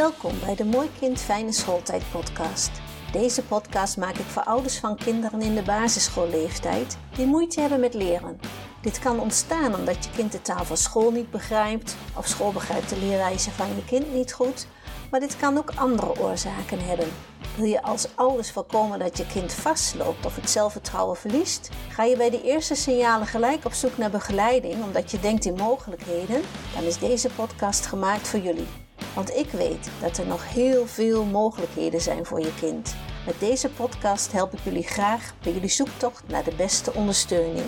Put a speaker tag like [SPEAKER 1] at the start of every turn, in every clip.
[SPEAKER 1] Welkom bij de Mooi Kind Fijne Schooltijd podcast. Deze podcast maak ik voor ouders van kinderen in de basisschoolleeftijd die moeite hebben met leren. Dit kan ontstaan omdat je kind de taal van school niet begrijpt of school begrijpt de leerwijze van je kind niet goed, maar dit kan ook andere oorzaken hebben. Wil je als ouders voorkomen dat je kind vastloopt of het zelfvertrouwen verliest? Ga je bij de eerste signalen gelijk op zoek naar begeleiding omdat je denkt in mogelijkheden? Dan is deze podcast gemaakt voor jullie. Want ik weet dat er nog heel veel mogelijkheden zijn voor je kind. Met deze podcast help ik jullie graag bij jullie zoektocht naar de beste ondersteuning.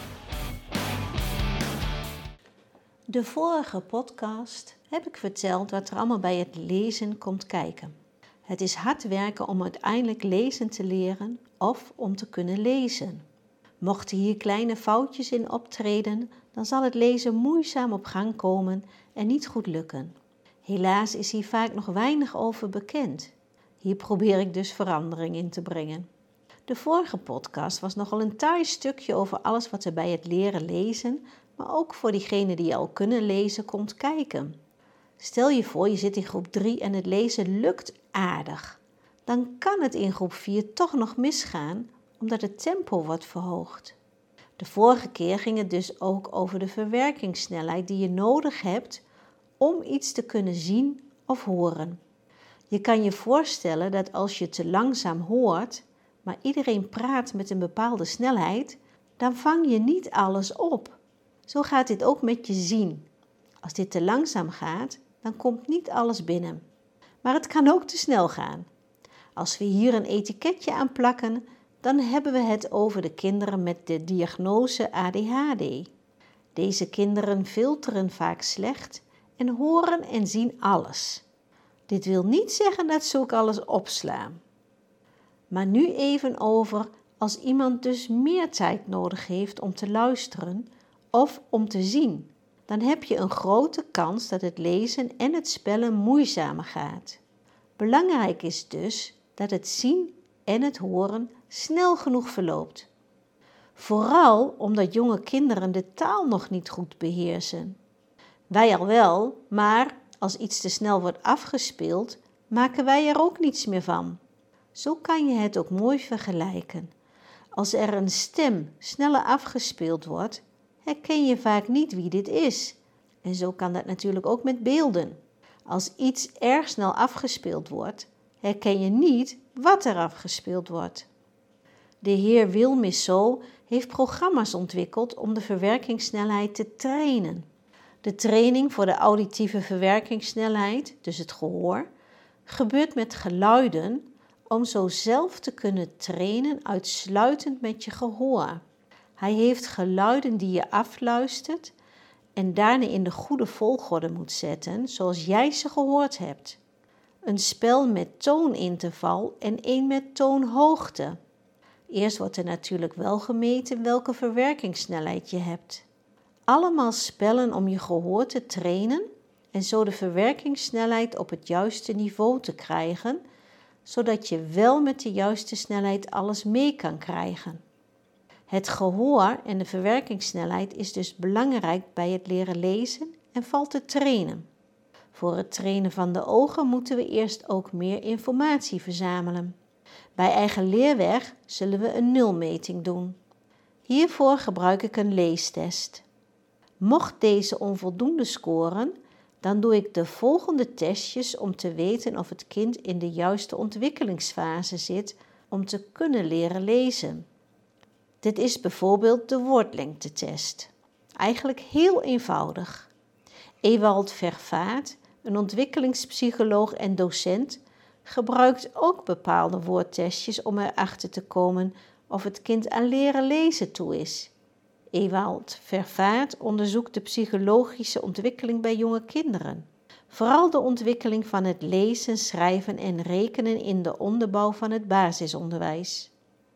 [SPEAKER 1] De vorige podcast heb ik verteld wat er allemaal bij het lezen komt kijken. Het is hard werken om uiteindelijk lezen te leren of om te kunnen lezen. Mochten hier kleine foutjes in optreden, dan zal het lezen moeizaam op gang komen en niet goed lukken. Helaas is hier vaak nog weinig over bekend. Hier probeer ik dus verandering in te brengen. De vorige podcast was nogal een taai stukje over alles wat er bij het leren lezen, maar ook voor diegenen die al kunnen lezen, komt kijken. Stel je voor, je zit in groep 3 en het lezen lukt aardig. Dan kan het in groep 4 toch nog misgaan, omdat het tempo wordt verhoogd. De vorige keer ging het dus ook over de verwerkingssnelheid die je nodig hebt om iets te kunnen zien of horen. Je kan je voorstellen dat als je te langzaam hoort, maar iedereen praat met een bepaalde snelheid, dan vang je niet alles op. Zo gaat dit ook met je zien. Als dit te langzaam gaat, dan komt niet alles binnen. Maar het kan ook te snel gaan. Als we hier een etiketje aan plakken, dan hebben we het over de kinderen met de diagnose ADHD. Deze kinderen filteren vaak slecht en horen en zien alles. Dit wil niet zeggen dat ze ook alles opslaan. Maar nu even over als iemand dus meer tijd nodig heeft om te luisteren of om te zien. Dan heb je een grote kans dat het lezen en het spellen moeizamer gaat. Belangrijk is dus dat het zien en het horen snel genoeg verloopt. Vooral omdat jonge kinderen de taal nog niet goed beheersen. Wij al wel, maar als iets te snel wordt afgespeeld, maken wij er ook niets meer van. Zo kan je het ook mooi vergelijken. Als er een stem sneller afgespeeld wordt, herken je vaak niet wie dit is. En zo kan dat natuurlijk ook met beelden. Als iets erg snel afgespeeld wordt, herken je niet wat er afgespeeld wordt. De heer Wilmisso heeft programma's ontwikkeld om de verwerkingssnelheid te trainen. De training voor de auditieve verwerkingssnelheid, dus het gehoor, gebeurt met geluiden om zo zelf te kunnen trainen uitsluitend met je gehoor. Hij heeft geluiden die je afluistert en daarna in de goede volgorde moet zetten, zoals jij ze gehoord hebt. Een spel met tooninterval en één met toonhoogte. Eerst wordt er natuurlijk wel gemeten welke verwerkingssnelheid je hebt. Allemaal spellen om je gehoor te trainen en zo de verwerkingssnelheid op het juiste niveau te krijgen, zodat je wel met de juiste snelheid alles mee kan krijgen. Het gehoor en de verwerkingssnelheid is dus belangrijk bij het leren lezen en valt te trainen. Voor het trainen van de ogen moeten we eerst ook meer informatie verzamelen. Bij eigen leerweg zullen we een nulmeting doen. Hiervoor gebruik ik een leestest. Mocht deze onvoldoende scoren, dan doe ik de volgende testjes om te weten of het kind in de juiste ontwikkelingsfase zit om te kunnen leren lezen. Dit is bijvoorbeeld de woordlengtetest. Eigenlijk heel eenvoudig. Ewald Vervaat, een ontwikkelingspsycholoog en docent, gebruikt ook bepaalde woordtestjes om erachter te komen of het kind aan leren lezen toe is. Ewald Vervaat onderzoekt de psychologische ontwikkeling bij jonge kinderen. Vooral de ontwikkeling van het lezen, schrijven en rekenen in de onderbouw van het basisonderwijs.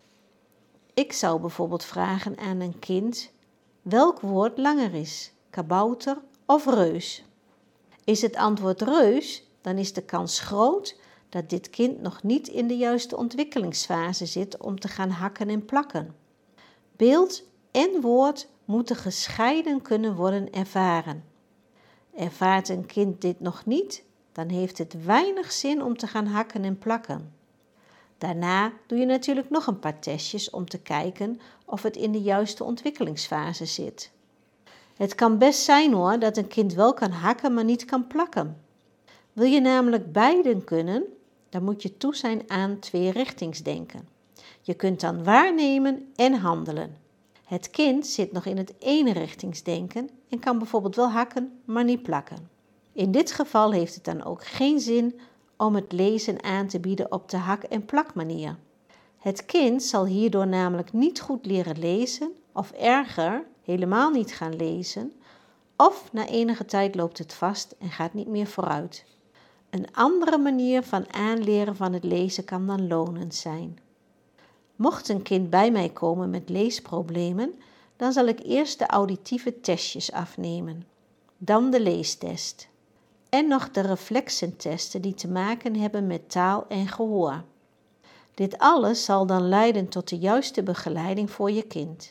[SPEAKER 1] Ik zou bijvoorbeeld vragen aan een kind welk woord langer is, kabouter of reus. Is het antwoord reus, dan is de kans groot dat dit kind nog niet in de juiste ontwikkelingsfase zit om te gaan hakken en plakken. Beeld en woord moeten gescheiden kunnen worden ervaren. Ervaart een kind dit nog niet, dan heeft het weinig zin om te gaan hakken en plakken. Daarna doe je natuurlijk nog een paar testjes om te kijken of het in de juiste ontwikkelingsfase zit. Het kan best zijn hoor dat een kind wel kan hakken, maar niet kan plakken. Wil je namelijk beiden kunnen, dan moet je toe zijn aan tweerichtingsdenken. Je kunt dan waarnemen en handelen. Het kind zit nog in het eenrichtingsdenken en kan bijvoorbeeld wel hakken, maar niet plakken. In dit geval heeft het dan ook geen zin om het lezen aan te bieden op de hak- en plakmanier. Het kind zal hierdoor namelijk niet goed leren lezen of erger, helemaal niet gaan lezen, of na enige tijd loopt het vast en gaat niet meer vooruit. Een andere manier van aanleren van het lezen kan dan lonend zijn. Mocht een kind bij mij komen met leesproblemen, dan zal ik eerst de auditieve testjes afnemen, dan de leestest en nog de reflexentesten die te maken hebben met taal en gehoor. Dit alles zal dan leiden tot de juiste begeleiding voor je kind.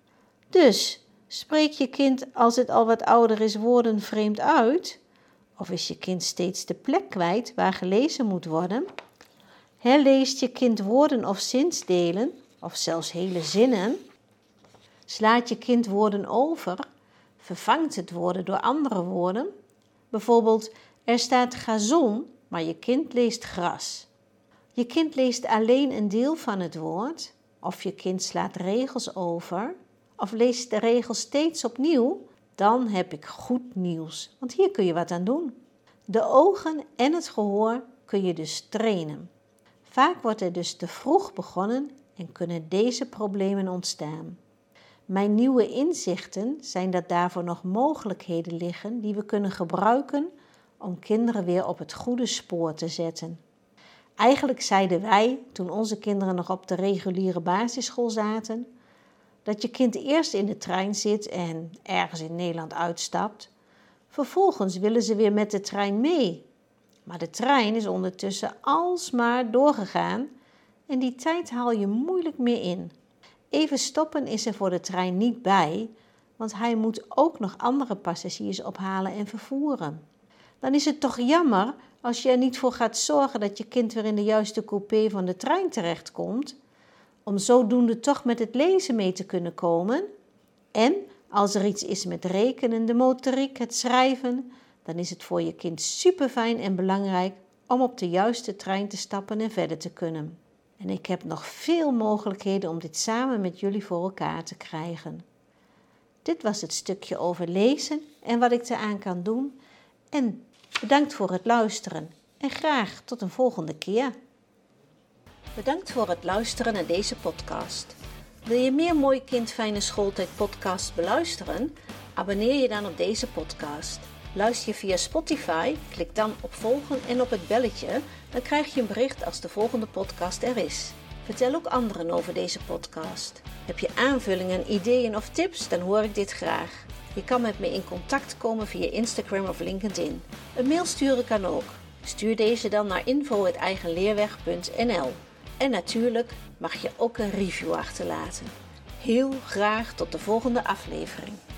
[SPEAKER 1] Dus, spreek je kind als het al wat ouder is woorden vreemd uit? Of is je kind steeds de plek kwijt waar gelezen moet worden? Herleest je kind woorden of zinsdelen, of zelfs hele zinnen? Slaat je kind woorden over? Vervangt het woorden door andere woorden? Bijvoorbeeld, er staat gazon, maar je kind leest gras. Je kind leest alleen een deel van het woord, of je kind slaat regels over, of leest de regels steeds opnieuw, dan heb ik goed nieuws, want hier kun je wat aan doen. De ogen en het gehoor kun je dus trainen. Vaak wordt er dus te vroeg begonnen en kunnen deze problemen ontstaan. Mijn nieuwe inzichten zijn dat daarvoor nog mogelijkheden liggen die we kunnen gebruiken om kinderen weer op het goede spoor te zetten. Eigenlijk zeiden wij, toen onze kinderen nog op de reguliere basisschool zaten, dat je kind eerst in de trein zit en ergens in Nederland uitstapt. Vervolgens willen ze weer met de trein mee. Maar de trein is ondertussen alsmaar doorgegaan en die tijd haal je moeilijk meer in. Even stoppen is er voor de trein niet bij, want hij moet ook nog andere passagiers ophalen en vervoeren. Dan is het toch jammer als je er niet voor gaat zorgen dat je kind weer in de juiste coupé van de trein terechtkomt, om zodoende toch met het lezen mee te kunnen komen. En als er iets is met rekenen, de motoriek, het schrijven, dan is het voor je kind superfijn en belangrijk om op de juiste trein te stappen en verder te kunnen. En ik heb nog veel mogelijkheden om dit samen met jullie voor elkaar te krijgen. Dit was het stukje over lezen en wat ik eraan kan doen. En bedankt voor het luisteren en graag tot een volgende keer. Bedankt voor het luisteren naar deze podcast. Wil je meer Mooi Kind Fijne Schooltijd podcasts beluisteren? Abonneer je dan op deze podcast. Luister je via Spotify, klik dan op volgen en op het belletje, dan krijg je een bericht als de volgende podcast er is. Vertel ook anderen over deze podcast. Heb je aanvullingen, ideeën of tips, dan hoor ik dit graag. Je kan met me in contact komen via Instagram of LinkedIn. Een mail sturen kan ook. Stuur deze dan naar info@eigenleerweg.nl. En natuurlijk mag je ook een review achterlaten. Heel graag tot de volgende aflevering.